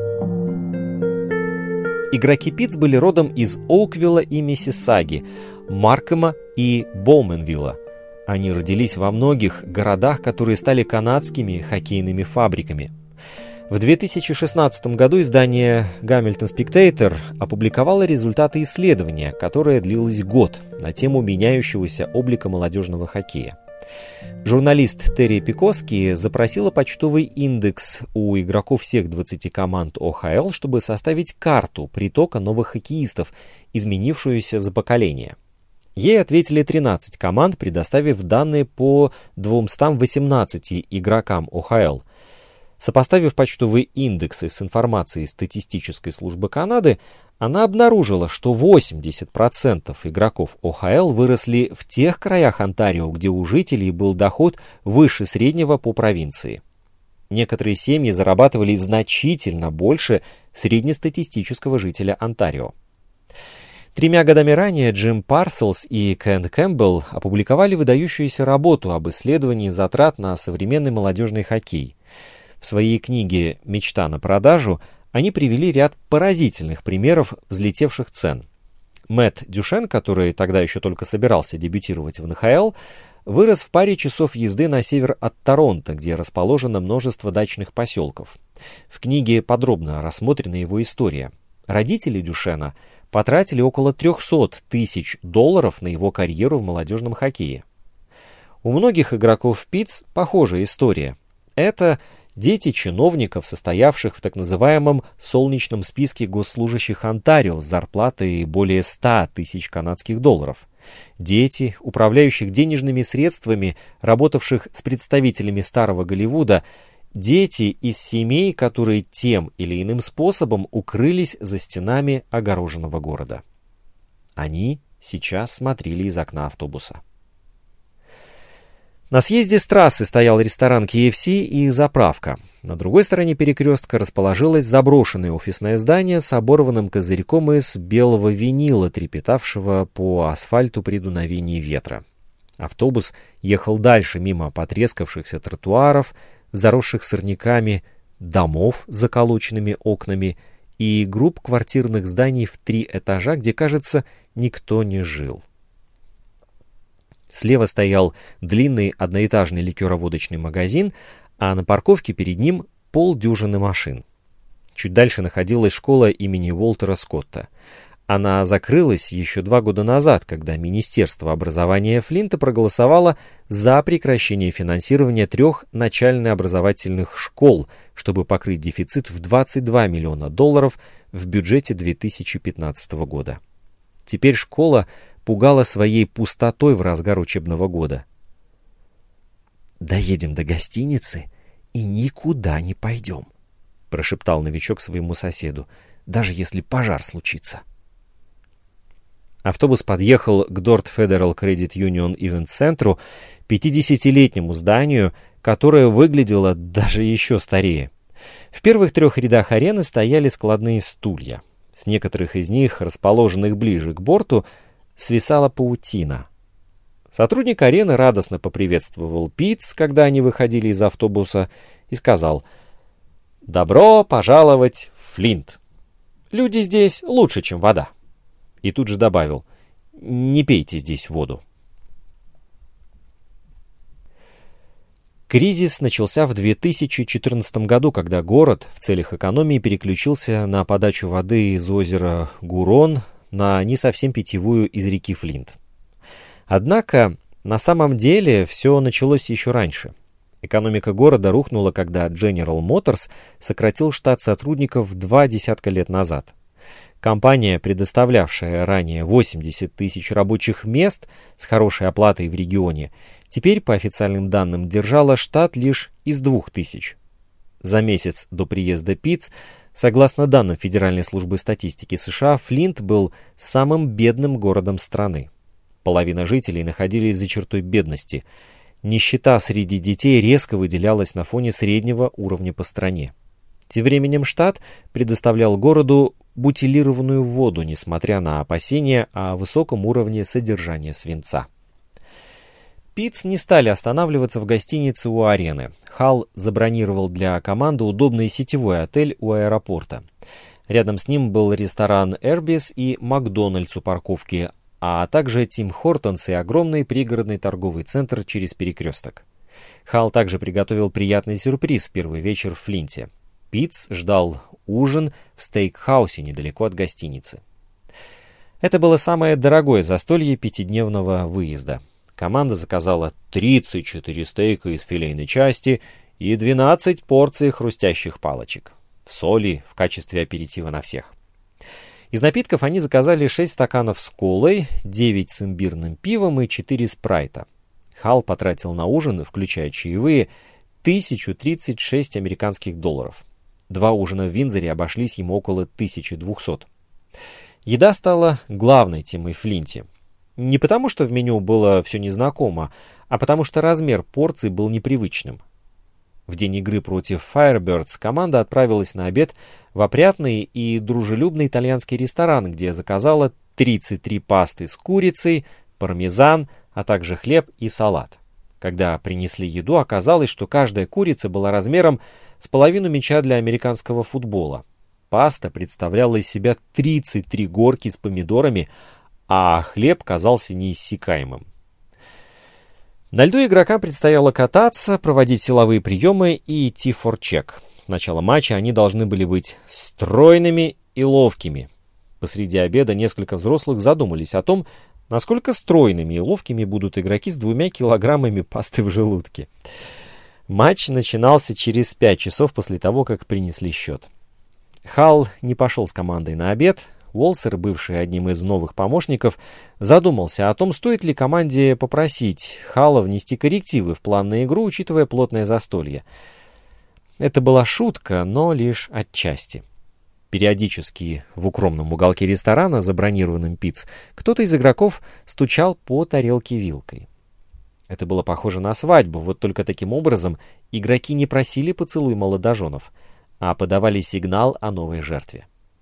Speaker 1: Игроки Питтс были родом из Оуквилла и Миссисаги, Маркэма и Боуменвилла. Они родились во многих городах, которые стали канадскими хоккейными фабриками. В две тысячи шестнадцатом году издание Гамильтон Спектейтор опубликовало результаты исследования, которое длилось год, на тему меняющегося облика молодежного хоккея. Журналист Терри Пикоски запросила почтовый индекс у игроков всех двадцати команд о ха эл, чтобы составить карту притока новых хоккеистов, изменившуюся за поколение. Ей ответили тринадцать команд, предоставив данные по двумстам восемнадцати игрокам о ха эл. Сопоставив почтовые индексы с информацией статистической службы Канады, она обнаружила, что восемьдесят процентов игроков о ха эл выросли в тех краях Онтарио, где у жителей был доход выше среднего по провинции. Некоторые семьи зарабатывали значительно больше среднестатистического жителя Онтарио. Тремя годами ранее Джим Парселс и Кен Кэмпбелл опубликовали выдающуюся работу об исследовании затрат на современный молодежный хоккей. В своей книге «Мечта на продажу» они привели ряд поразительных примеров взлетевших цен. Мэтт Дюшен, который тогда еще только собирался дебютировать в эн ха эл, вырос в паре часов езды на север от Торонто, где расположено множество дачных поселков. В книге подробно рассмотрена его история. Родители Дюшена потратили около триста тысяч долларов на его карьеру в молодежном хоккее. У многих игроков Питтс похожая история. Это дети чиновников, состоявших в так называемом «солнечном списке госслужащих Онтарио» с зарплатой более ста тысяч канадских долларов. Дети, управляющих денежными средствами, работавших с представителями старого Голливуда. Дети из семей, которые тем или иным способом укрылись за стенами огороженного города. Они сейчас смотрели из окна автобуса. На съезде с трассы стоял ресторан кей эф си и заправка. На другой стороне перекрестка расположилось заброшенное офисное здание с оборванным козырьком из белого винила, трепетавшего по асфальту при дуновении ветра. Автобус ехал дальше мимо потрескавшихся тротуаров, заросших сорняками, домов с заколоченными окнами и групп квартирных зданий в три этажа, где, кажется, никто не жил. Слева стоял длинный одноэтажный ликероводочный магазин, а на парковке перед ним полдюжины машин. Чуть дальше находилась школа имени Уолтера Скотта. Она закрылась еще два года назад, когда Министерство образования Флинта проголосовало за прекращение финансирования трех начально-образовательных школ, чтобы покрыть дефицит в двадцать два миллиона долларов в бюджете две тысячи пятнадцатого года. Теперь школа пугала своей пустотой в разгар учебного года. «Доедем до гостиницы и никуда не пойдем», — прошептал новичок своему соседу, «даже если пожар случится». Автобус подъехал к Дорт Федерал Кредит Юнион Ивент-центру, пятидесятилетнему зданию, которое выглядело даже еще старее. В первых трех рядах арены стояли складные стулья. С некоторых из них, расположенных ближе к борту, свисала паутина. Сотрудник арены радостно поприветствовал Питтс, когда они выходили из автобуса, и сказал: «Добро пожаловать в Флинт! Люди здесь лучше, чем вода». И тут же добавил: «Не пейте здесь воду». Кризис начался в две тысячи четырнадцатом году, когда город в целях экономии переключился на подачу воды из озера Гурон на не совсем питьевую из реки Флинт. Однако, на самом деле, все началось еще раньше. Экономика города рухнула, когда General Motors сократил штат сотрудников два десятка лет назад. Компания, предоставлявшая ранее восемьдесят тысяч рабочих мест с хорошей оплатой в регионе, теперь, по официальным данным, держала штат лишь из двух тысяч. За месяц до приезда Питтс, согласно данным Федеральной службы статистики США, Флинт был самым бедным городом страны. Половина жителей находились за чертой бедности. Нищета среди детей резко выделялась на фоне среднего уровня по стране. Тем временем штат предоставлял городу бутилированную воду, несмотря на опасения о высоком уровне содержания свинца. Питтс не стали останавливаться в гостинице у арены. Халл забронировал для команды удобный сетевой отель у аэропорта. Рядом с ним был ресторан «Эрбис» и «Макдональдс» у парковки, а также «Тим Хортонс» и огромный пригородный торговый центр через перекресток. Халл также приготовил приятный сюрприз в первый вечер в Флинте. Питтс ждал ужин в стейк-хаусе недалеко от гостиницы. Это было самое дорогое застолье пятидневного выезда. Команда заказала тридцать четыре стейка из филейной части и двенадцать порций хрустящих палочек. В соли в качестве аперитива на всех. Из напитков они заказали шесть стаканов с колой, девять с имбирным пивом и четыре спрайта. Халл потратил на ужин, включая чаевые, тысячу тридцать шесть американских долларов. Два ужина в Виндзоре обошлись ему около тысячи двухсот. Еда стала главной темой в Флинте. Не потому, что в меню было все незнакомо, а потому что размер порций был непривычным. В день игры против Firebirds команда отправилась на обед в опрятный и дружелюбный итальянский ресторан, где заказала тридцать три пасты с курицей, пармезан, а также хлеб и салат. Когда принесли еду, оказалось, что каждая курица была размером с половину мяча для американского футбола. Паста представляла из себя тридцать три горки с помидорами, а хлеб казался неиссякаемым. На льду игрокам предстояло кататься, проводить силовые приемы и идти в форчек. С начала матча они должны были быть стройными и ловкими. Посреди обеда несколько взрослых задумались о том, насколько стройными и ловкими будут игроки с двумя килограммами пасты в желудке. Матч начинался через пять часов после того, как принесли счет. Халл не пошел с командой на обед. Уолсер, бывший одним из новых помощников, задумался о том, стоит ли команде попросить Халла внести коррективы в план на игру, учитывая плотное застолье. Это была шутка, но лишь отчасти. Периодически в укромном уголке ресторана, забронированном Питтс, кто-то из игроков стучал по тарелке вилкой. Это было похоже на свадьбу, вот только таким образом игроки не просили поцелуй молодоженов, а подавали сигнал о новой жертве.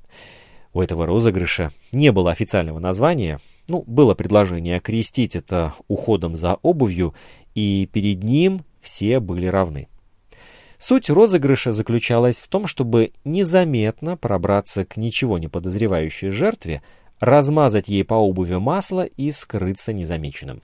Speaker 1: У этого розыгрыша не было официального названия, ну, было предложение окрестить это уходом за обувью, и перед ним все были равны. Суть розыгрыша заключалась в том, чтобы незаметно пробраться к ничего не подозревающей жертве, размазать ей по обуви масло и скрыться незамеченным.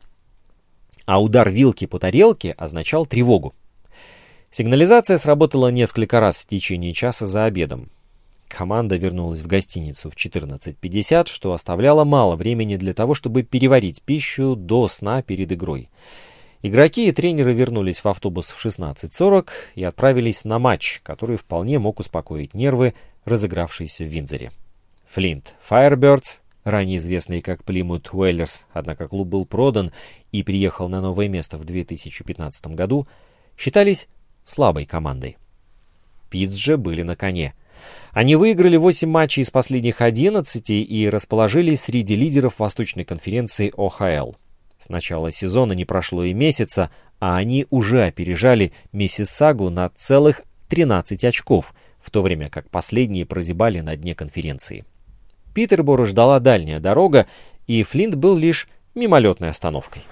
Speaker 1: А удар вилки по тарелке означал тревогу. Сигнализация сработала несколько раз в течение часа за обедом. Команда вернулась в гостиницу в четырнадцать пятьдесят, что оставляло мало времени для того, чтобы переварить пищу до сна перед игрой. Игроки и тренеры вернулись в автобус в шестнадцать сорок и отправились на матч, который вполне мог успокоить нервы, разыгравшиеся в Виндзоре. Флинт Firebirds, ранее известный как Plymouth Whalers, однако клуб был продан и переехал на новое место в две тысячи пятнадцатом году, считались слабой командой. Питтс же были на коне. Они выиграли восемь матчей из последних одиннадцати и расположились среди лидеров Восточной конференции о ха эл. С начала сезона не прошло и месяца, а они уже опережали Миссиссагу на целых тринадцать очков, в то время как последние прозябали на дне конференции. Питерборо ждала дальняя дорога, и Флинт был лишь мимолетной остановкой.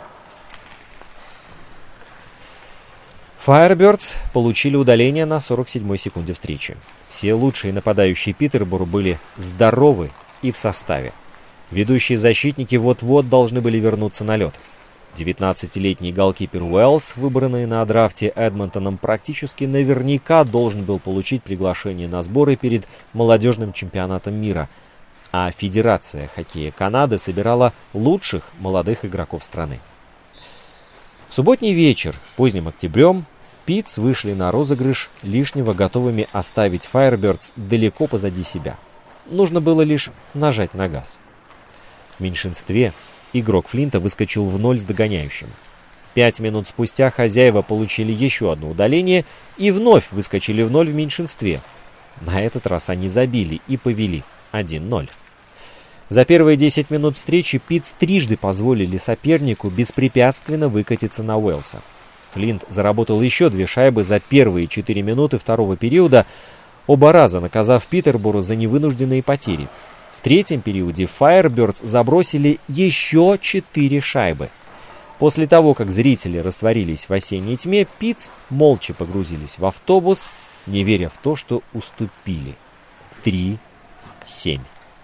Speaker 1: Firebirds получили удаление на сорок седьмой секунде встречи. Все лучшие нападающие Питерборо были здоровы и в составе. Ведущие защитники вот-вот должны были вернуться на лед. девятнадцатилетний голкипер Уэллс, выбранный на драфте Эдмонтоном, практически наверняка должен был получить приглашение на сборы перед молодежным чемпионатом мира. А Федерация хоккея Канады собирала лучших молодых игроков страны. В субботний вечер, поздним октябрем, Питтс вышли на розыгрыш, лишнего готовыми оставить Firebirds далеко позади себя. Нужно было лишь нажать на газ. В меньшинстве игрок Флинта выскочил в ноль с догоняющим. Пять минут спустя хозяева получили еще одно удаление и вновь выскочили в ноль в меньшинстве. На этот раз они забили и повели один ноль. За первые десять минут встречи Питтс трижды позволили сопернику беспрепятственно выкатиться на Уэлса. Флинт заработал еще две шайбы за первые четыре минуты второго периода, оба раза наказав Питерборо за невынужденные потери. В третьем периоде Firebirds забросили еще четыре шайбы. После того, как зрители растворились в осенней тьме, Питтс молча погрузились в автобус, не веря в то, что уступили. три семь.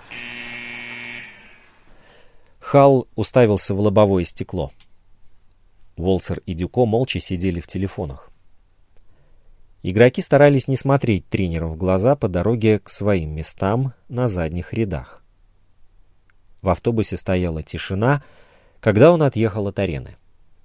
Speaker 1: Халл уставился в лобовое стекло. Волсер и Дюко молча сидели в телефонах. Игроки старались не смотреть тренеру в глаза по дороге к своим местам на задних рядах. В автобусе стояла тишина, когда он отъехал от арены.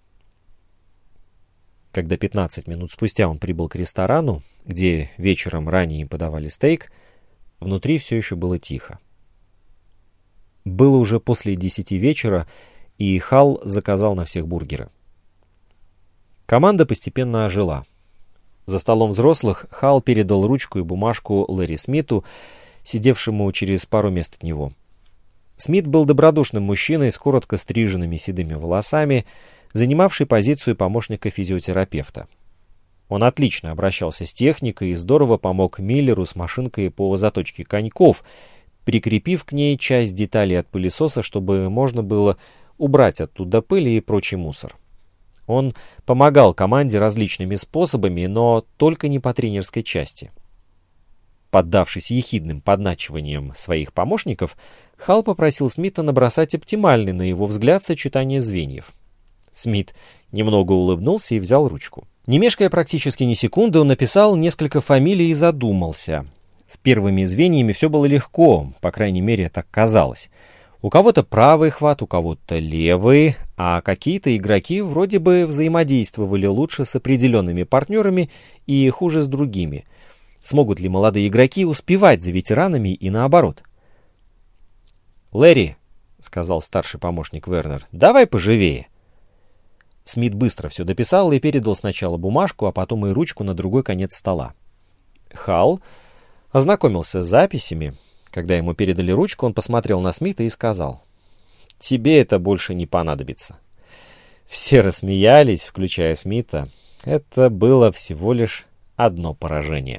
Speaker 1: Когда пятнадцать минут спустя он прибыл к ресторану, где вечером ранее им подавали стейк, внутри все еще было тихо. Было уже после десяти вечера, и Халл заказал на всех бургеры. Команда постепенно ожила. За столом взрослых Халл передал ручку и бумажку Лэри Смиту, сидевшему через пару мест от него. Смит был добродушным мужчиной с коротко стриженными седыми волосами, занимавший позицию помощника физиотерапевта. Он отлично обращался с техникой и здорово помог Миллеру с машинкой по заточке коньков, прикрепив к ней часть деталей от пылесоса, чтобы можно было убрать оттуда пыль и прочий мусор. Он помогал команде различными способами, но только не по тренерской части. Поддавшись ехидным подначиваниям своих помощников, Халл попросил Смита набросать оптимальный, на его взгляд, сочетание звеньев. Смит немного улыбнулся и взял ручку. Не мешкая практически ни секунды, он написал несколько фамилий и задумался. С первыми звеньями все было легко, по крайней мере, так казалось. У кого-то правый хват, у кого-то левый, а какие-то игроки вроде бы взаимодействовали лучше с определенными партнерами и хуже с другими. Смогут ли молодые игроки успевать за ветеранами и наоборот? «Лэри», — сказал старший помощник Вернер, — «давай поживее». Смит быстро все дописал и передал сначала бумажку, а потом и ручку на другой конец стола. Халл ознакомился с записями. Когда ему передали ручку, он посмотрел на Смита и сказал: «Тебе это больше не понадобится». Все рассмеялись, включая Смита. Это было всего лишь одно поражение.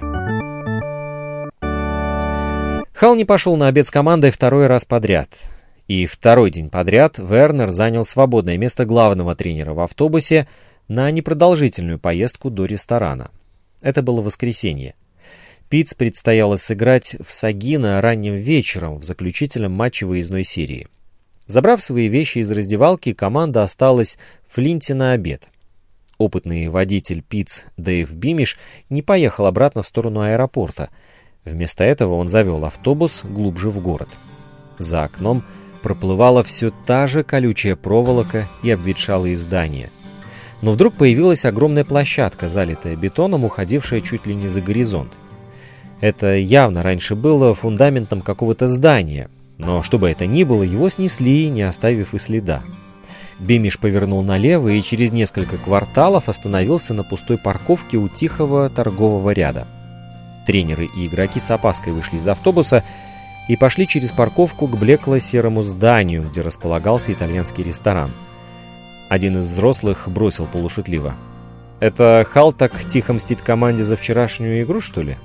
Speaker 1: Халл не пошел на обед с командой второй раз подряд. И второй день подряд Вернер занял свободное место главного тренера в автобусе на непродолжительную поездку до ресторана. Это было воскресенье. Питтс предстояло сыграть в Сагино ранним вечером в заключительном матче выездной серии. Забрав свои вещи из раздевалки, команда осталась в Флинте на обед. Опытный водитель Питтс Дэйв Бимиш не поехал обратно в сторону аэропорта. Вместо этого он завел автобус глубже в город. За окном проплывала все та же колючая проволока и обветшалые здания. Но вдруг появилась огромная площадка, залитая бетоном, уходившая чуть ли не за горизонт. Это явно раньше было фундаментом какого-то здания, но что бы это ни было, его снесли, не оставив и следа. Бимиш повернул налево и через несколько кварталов остановился на пустой парковке у тихого торгового ряда. Тренеры и игроки с опаской вышли из автобуса и пошли через парковку к блекло-серому зданию, где располагался итальянский ресторан. Один из взрослых бросил полушутливо: «Это Халл так тихо мстит команде за вчерашнюю игру, что ли?»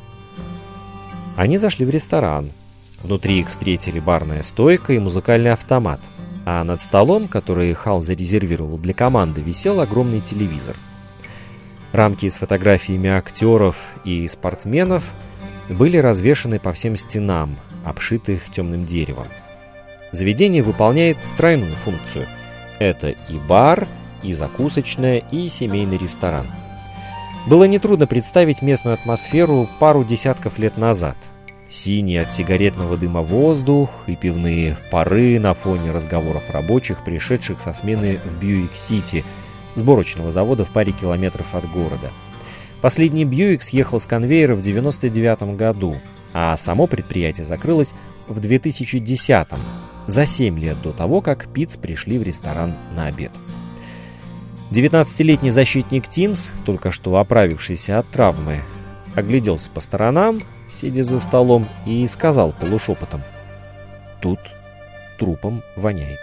Speaker 1: Они зашли в ресторан. Внутри их встретили барная стойка и музыкальный автомат, а над столом, который Халл зарезервировал для команды, висел огромный телевизор. Рамки с фотографиями актеров и спортсменов были развешаны по всем стенам, обшитых темным деревом. Заведение выполняет тройную функцию. Это и бар, и закусочная, и семейный ресторан. Было нетрудно представить местную атмосферу пару десятков лет назад. Синий от сигаретного дыма воздух и пивные пары на фоне разговоров рабочих, пришедших со смены в Бьюик-Сити, сборочного завода в паре километров от города. Последний Бьюик съехал с конвейера в девяносто девятом году, а само предприятие закрылось в две тысячи десятом, за семь лет до того, как Питц пришли в ресторан на обед. девятнадцатилетний защитник Тимс, только что оправившийся от травмы, огляделся по сторонам, сидя за столом, и сказал полушепотом: «Тут трупом воняет».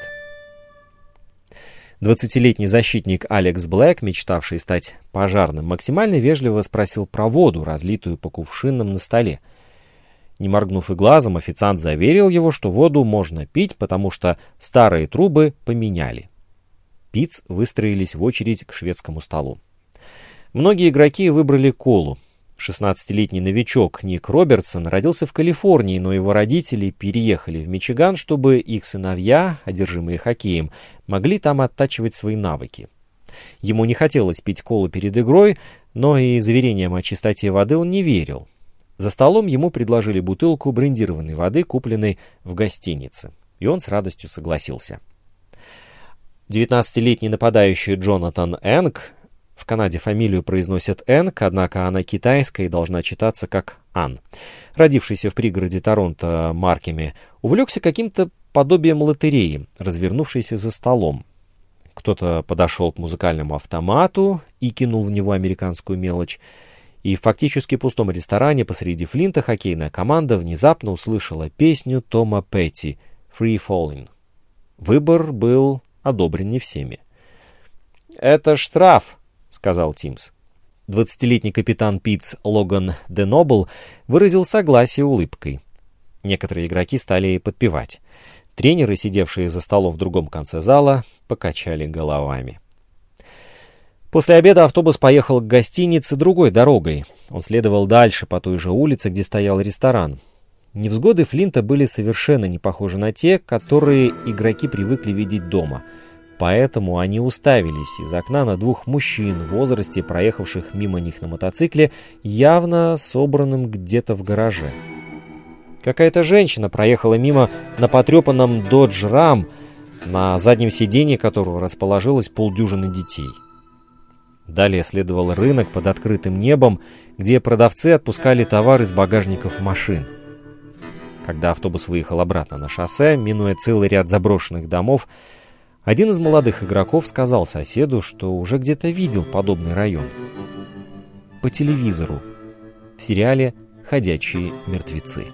Speaker 1: Двадцатилетний защитник Алекс Блэк, мечтавший стать пожарным, максимально вежливо спросил про воду, разлитую по кувшинам на столе. Не моргнув и глазом, официант заверил его, что воду можно пить, потому что старые трубы поменяли. Питц выстроились в очередь к шведскому столу. Многие игроки выбрали колу. шестнадцатилетний новичок Ник Робертсон родился в Калифорнии, но его родители переехали в Мичиган, чтобы их сыновья, одержимые хоккеем, могли там оттачивать свои навыки. Ему не хотелось пить колу перед игрой, но и заверениям о чистоте воды он не верил. За столом ему предложили бутылку брендированной воды, купленной в гостинице, и он с радостью согласился. девятнадцатилетний нападающий Джонатан Энг, в Канаде фамилию произносят Энг, однако она китайская и должна читаться как Ан, родившийся в пригороде Торонто Маркеме, увлекся каким-то подобием лотереи, развернувшейся за столом. Кто-то подошел к музыкальному автомату и кинул в него американскую мелочь, и в фактически пустом ресторане посреди Флинта хоккейная команда внезапно услышала песню Тома Петти «Free Falling». Выбор был одобрен не всеми. «Это штраф», — сказал Тимс. Двадцатилетний капитан Питц Логан Денобл выразил согласие улыбкой. Некоторые игроки стали подпевать. Тренеры, сидевшие за столом в другом конце зала, покачали головами. После обеда автобус поехал к гостинице другой дорогой. Он следовал дальше по той же улице, где стоял ресторан. Невзгоды Флинта были совершенно не похожи на те, которые игроки привыкли видеть дома. Поэтому они уставились из окна на двух мужчин в возрасте, проехавших мимо них на мотоцикле, явно собранным где-то в гараже. Какая-то женщина проехала мимо на потрепанном Dodge Ram, на заднем сиденье которого расположилось полдюжины детей. Далее следовал рынок под открытым небом, где продавцы отпускали товар из багажников машин. Когда автобус выехал обратно на шоссе, минуя целый ряд заброшенных домов, один из молодых игроков сказал соседу, что уже где-то видел подобный район. По телевизору, в сериале «Ходячие мертвецы».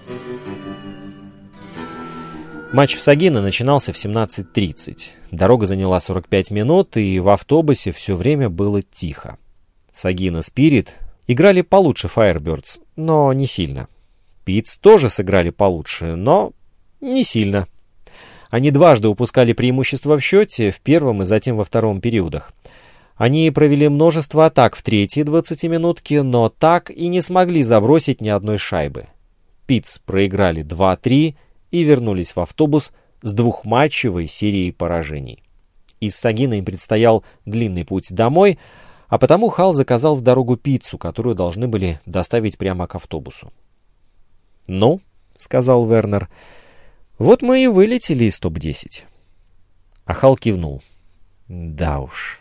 Speaker 1: Матч в Сагино начинался в семнадцать тридцать. Дорога заняла сорок пять минут, и в автобусе все время было тихо. Сагино Спирит играли получше Firebirds, но не сильно. Питц тоже сыграли получше, но не сильно. Они дважды упускали преимущество в счете, в первом и затем во втором периодах. Они провели множество атак в третьей двадцатиминутке, но так и не смогли забросить ни одной шайбы. Питц проиграли два три и вернулись в автобус с двухматчевой серией поражений. Из Сагино им предстоял длинный путь домой, а потому Хал заказал в дорогу пиццу, которую должны были доставить прямо к автобусу. «Ну», — сказал Вернер, — «вот мы и вылетели из топ десять». А Хал кивнул. «Да уж».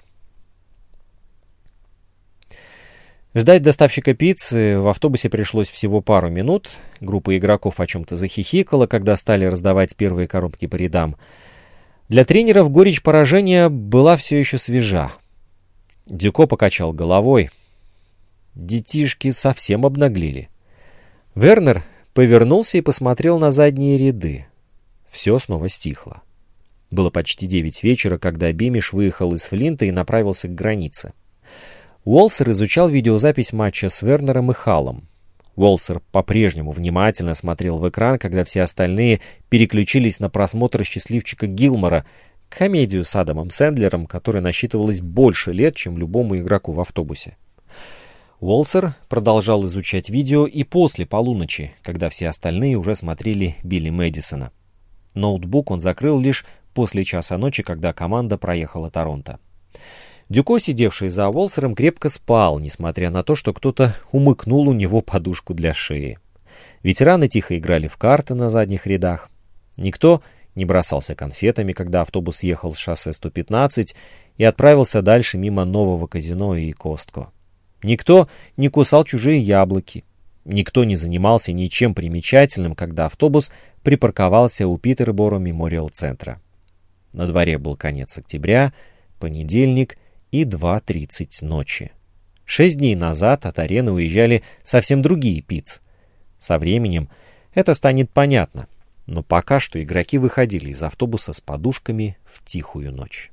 Speaker 1: Ждать доставщика пиццы в автобусе пришлось всего пару минут. Группа игроков о чем-то захихикала, когда стали раздавать первые коробки по рядам. Для тренеров горечь поражения была все еще свежа. Дюко покачал головой. Детишки совсем обнаглели. Вернер повернулся и посмотрел на задние ряды. Все снова стихло. Было почти девять вечера, когда Бимиш выехал из Флинта и направился к границе. Уолсер изучал видеозапись матча с Вернером и Халлом. Уолсер по-прежнему внимательно смотрел в экран, когда все остальные переключились на просмотр «Счастливчика Гилмора», комедию с Адамом Сэндлером, которая насчитывалась больше лет, чем любому игроку в автобусе. Уолсер продолжал изучать видео и после полуночи, когда все остальные уже смотрели Билли Мэдисона. Ноутбук он закрыл лишь после часа ночи, когда команда проехала Торонто. Дюко, сидевший за Уолсером, крепко спал, несмотря на то, что кто-то умыкнул у него подушку для шеи. Ветераны тихо играли в карты на задних рядах. Никто не бросался конфетами, когда автобус ехал с шоссе сто пятнадцать и отправился дальше мимо нового казино и Костко. Никто не кусал чужие яблоки. Никто не занимался ничем примечательным, когда автобус припарковался у Питерборо Мемориал-центра. На дворе был конец октября, понедельник и два тридцать ночи. Шесть дней назад от арены уезжали совсем другие Питс. Со временем это станет понятно, но пока что игроки выходили из автобуса с подушками в тихую ночь.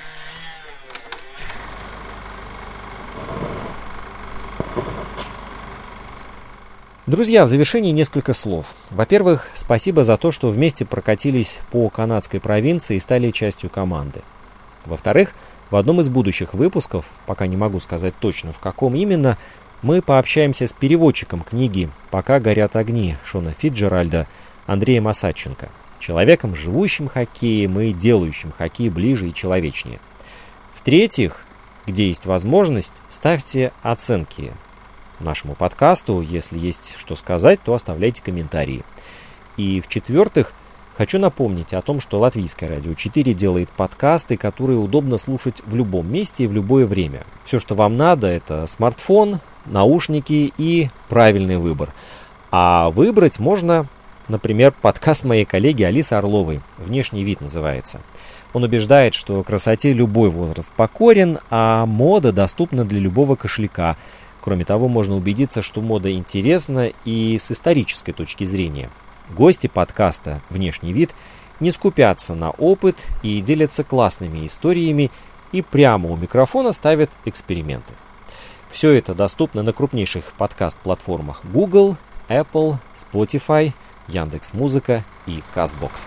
Speaker 1: Друзья, в завершении несколько слов. Во-первых, спасибо за то, что вместе прокатились по канадской провинции и стали частью команды. Во-вторых, в одном из будущих выпусков, пока не могу сказать точно в каком именно, мы пообщаемся с переводчиком книги «Пока горят огни» Шона Фицджеральда Андреем Осадченко, человеком, живущим хоккеем и делающим хоккей ближе и человечнее. В-третьих, где есть возможность, ставьте оценки нашему подкасту. Если есть что сказать, то оставляйте комментарии. И в-четвертых, хочу напомнить о том, что Латвийское радио четыре делает подкасты, которые удобно слушать в любом месте и в любое время. Все, что вам надо, это смартфон, наушники и правильный выбор. А выбрать можно, например, подкаст моей коллеги Алисы Орловой «Внешний вид» называется. Он убеждает, что красоте любой возраст покорен, а мода доступна для любого кошелька. Кроме того, можно убедиться, что мода интересна и с исторической точки зрения. Гости подкаста «Внешний вид» не скупятся на опыт и делятся классными историями и прямо у микрофона ставят эксперименты. Все это доступно на крупнейших подкаст-платформах Google, Apple, Spotify, Яндекс.Музыка и Castbox.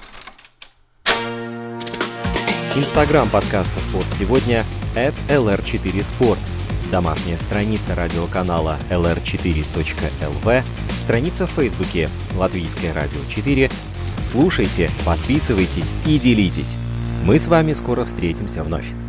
Speaker 1: Инстаграм подкаста «Спорт сегодня» эт эл эр четыре спорт. Домашняя страница радиоканала эл эр четыре точка эл ви, страница в Фейсбуке Латвийское радио четыре. Слушайте, подписывайтесь и делитесь. Мы с вами скоро встретимся вновь.